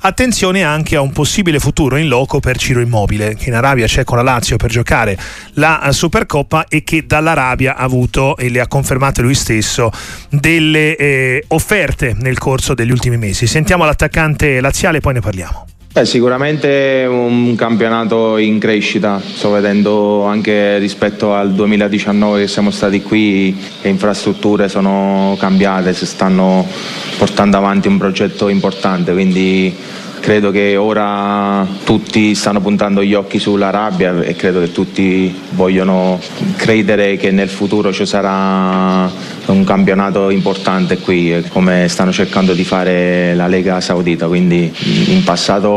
attenzione anche a un possibile futuro in loco per Ciro Immobile, che in Arabia c'è con la Lazio per giocare la Supercoppa e che dall'Arabia ha avuto, e le ha confermate lui stesso, delle offerte nel corso degli ultimi mesi. Sentiamo l'attaccante laziale e poi ne parliamo. Sicuramente un campionato in crescita, sto vedendo anche rispetto al 2019 che siamo stati qui, le infrastrutture sono cambiate, si stanno portando avanti un progetto importante, quindi credo che ora tutti stanno puntando gli occhi sull'Arabia e credo che tutti vogliono credere che nel futuro ci sarà un campionato importante qui, come stanno cercando di fare la Lega Saudita. Quindi in passato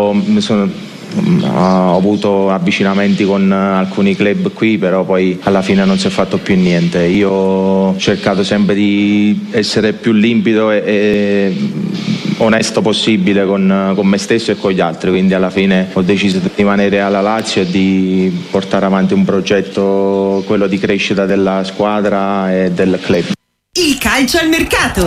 ho avuto avvicinamenti con alcuni club qui, però poi alla fine non si è fatto più niente. Io ho cercato sempre di essere più limpido e onesto possibile con me stesso e con gli altri, quindi alla fine ho deciso di rimanere alla Lazio e di portare avanti un progetto, quello di crescita della squadra e del club. Il calcio al mercato,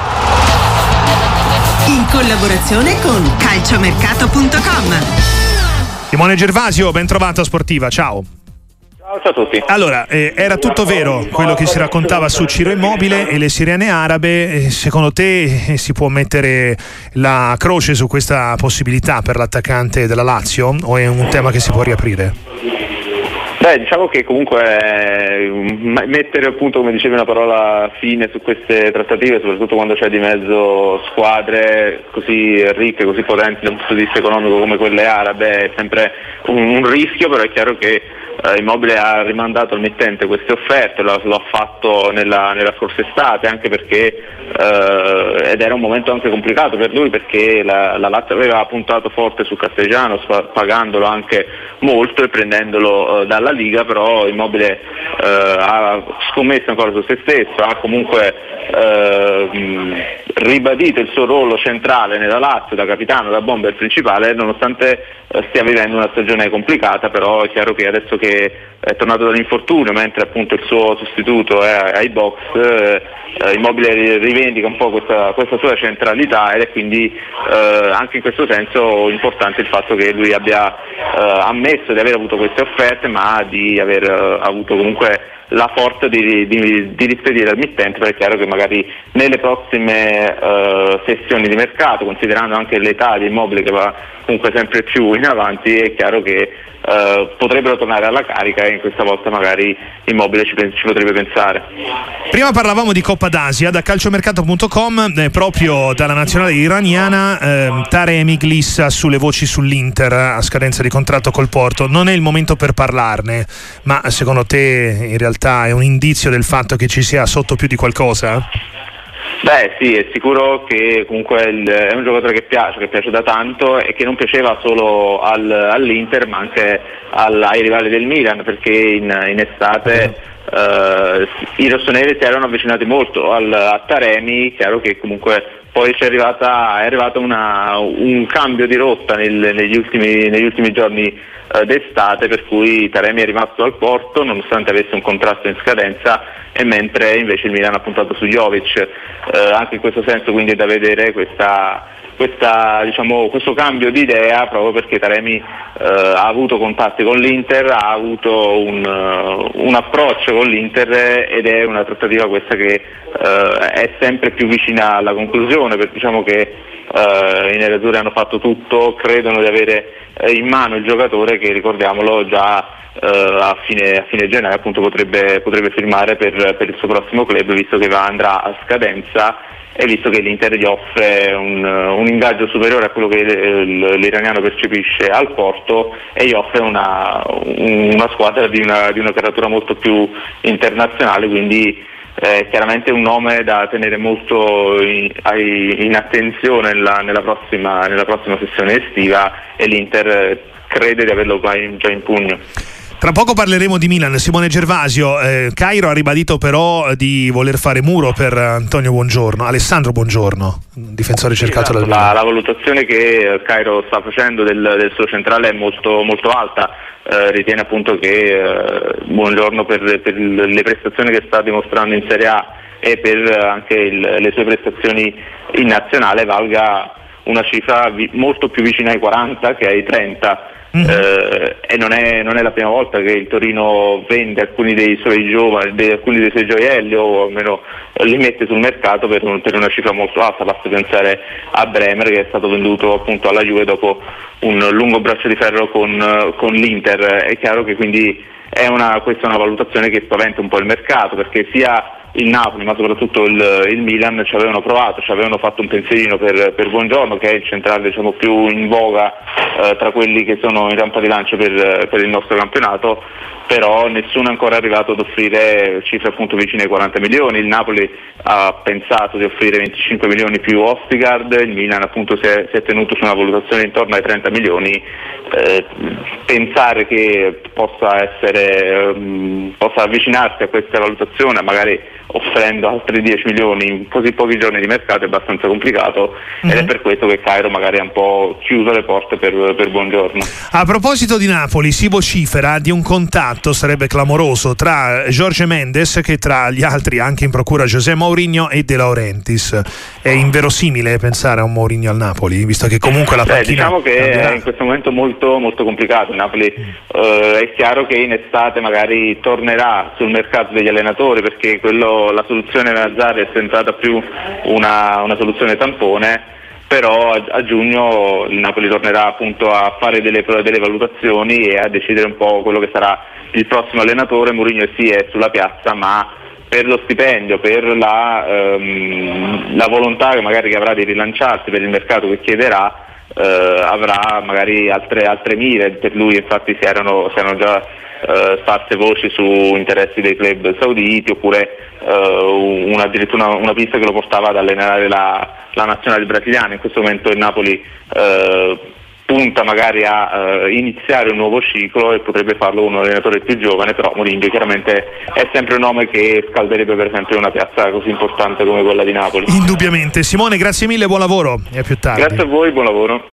in collaborazione con calciomercato.com. Simone Gervasio, ben trovato a Sportiva, ciao. Ciao a tutti. Allora, era tutto vero quello che si raccontava su Ciro Immobile e le sirene arabe. Secondo te si può mettere la croce su questa possibilità per l'attaccante della Lazio o è un tema che si può riaprire? Diciamo che comunque mettere appunto, come dicevi, una parola fine su queste trattative, soprattutto quando c'è di mezzo squadre così ricche, così potenti da un punto di vista economico come quelle arabe, è sempre un rischio, però è chiaro che Immobile ha rimandato al mittente queste offerte, lo ha fatto nella scorsa estate, anche perché ed era un momento anche complicato per lui, perché la Lazio aveva puntato forte su Castellanos, pagandolo anche molto e prendendolo dalla Liga, però Immobile ha scommesso ancora su se stesso, ha comunque ribadito il suo ruolo centrale nella Lazio, da capitano, da bomber principale, nonostante stia vivendo una stagione complicata. Però è chiaro che adesso che è tornato dall'infortunio, mentre appunto il suo sostituto è ai box, Immobile rivendica un po' questa sua centralità, ed è quindi anche in questo senso importante il fatto che lui abbia ammesso di aver avuto queste offerte, ma di aver avuto comunque la forza di rispedire al mittente, perché è chiaro che magari nelle prossime sessioni di mercato, considerando anche l'età di Immobile che va comunque sempre più in avanti, è chiaro che potrebbero tornare alla carica, e in questa volta magari Immobile ci potrebbe pensare. Prima parlavamo di Coppa d'Asia. Da calciomercato.com, proprio dalla nazionale iraniana, Taremi glissa sulle voci sull'Inter a scadenza di contratto col Porto. Non è il momento per parlarne, ma secondo te in realtà è un indizio del fatto che ci sia sotto più di qualcosa? Sì, è sicuro che comunque è un giocatore che piace da tanto, e che non piaceva solo all'Inter ma anche ai rivali del Milan, perché in estate i rossoneri si erano avvicinati molto a Taremi. Chiaro che comunque poi è arrivato un cambio di rotta negli ultimi giorni d'estate, per cui Taremi è rimasto al Porto nonostante avesse un contratto in scadenza, e mentre invece il Milan ha puntato su Jovic. Anche in questo senso quindi è da vedere questo cambio di idea, proprio perché Taremi ha avuto contatti con l'Inter, ha avuto un approccio con l'Inter, ed è una trattativa questa che è sempre più vicina alla conclusione, perché diciamo che i nerazzurri hanno fatto tutto, credono di avere in mano il giocatore che, ricordiamolo, già a fine gennaio appunto potrebbe firmare per il suo prossimo club, visto che andrà a scadenza, e visto che l'Inter gli offre un ingaggio superiore a quello che l'iraniano percepisce al Porto, e gli offre una squadra di una caratura molto più internazionale. Quindi chiaramente un nome da tenere molto in attenzione nella prossima sessione estiva, e l'Inter crede di averlo già in pugno. Tra poco parleremo di Milan. Simone Gervasio, Cairo ha ribadito però di voler fare muro per Alessandro Buongiorno, difensore cercato dal Milan. La valutazione che Cairo sta facendo del suo centrale è molto, molto alta. Ritiene appunto che Buongiorno, per le prestazioni che sta dimostrando in Serie A e per anche le sue prestazioni in nazionale, valga una cifra molto più vicina ai 40 che ai 30. E non è la prima volta che il Torino vende alcuni dei suoi giovani, alcuni dei suoi gioielli, o almeno li mette sul mercato per una cifra molto alta. Basta pensare a Bremer, che è stato venduto appunto alla Juve dopo un lungo braccio di ferro con l'Inter. È chiaro che quindi questa è una valutazione che spaventa un po' il mercato, perché sia il Napoli ma soprattutto il Milan ci avevano provato, ci avevano fatto un pensierino per Buongiorno, che è il centrale diciamo più in voga tra quelli che sono in rampa di lancio per il nostro campionato, però nessuno è ancora arrivato ad offrire cifre appunto vicine ai 40 milioni. Il Napoli ha pensato di offrire 25 milioni più Ostigard, il Milan appunto si è tenuto su una valutazione intorno ai 30 milioni. Pensare che possa avvicinarsi a questa valutazione, magari offrendo altri 10 milioni in così pochi giorni di mercato, è abbastanza complicato, ed è per questo che Cairo magari ha un po' chiuso le porte per Buongiorno. A proposito di Napoli, si vocifera di un contatto, sarebbe clamoroso, tra Jorge Mendes, che tra gli altri anche in procura José Mourinho, e De Laurentiis. È inverosimile pensare a un Mourinho al Napoli, visto che comunque la panchina diciamo che cambierà. è in questo momento molto, molto complicato. Il Napoli è chiaro che in estate magari tornerà sul mercato degli allenatori, perché la soluzione Mazzarri è sembrata più una soluzione tampone, però a giugno il Napoli tornerà appunto a fare delle valutazioni e a decidere un po' quello che sarà il prossimo allenatore. Mourinho sì è sulla piazza, ma per lo stipendio, per la volontà che magari avrà di rilanciarsi, per il mercato che chiederà, avrà magari altre mire. Per lui infatti si erano già sparse voci su interessi dei club sauditi, oppure addirittura una pista che lo portava ad allenare la nazionale brasiliana. In questo momento il Napoli punta magari a iniziare un nuovo ciclo, e potrebbe farlo con un allenatore più giovane, però Mourinho chiaramente è sempre un nome che scalderebbe per esempio una piazza così importante come quella di Napoli. Indubbiamente. Simone, grazie mille, buon lavoro e a più tardi. Grazie a voi, buon lavoro.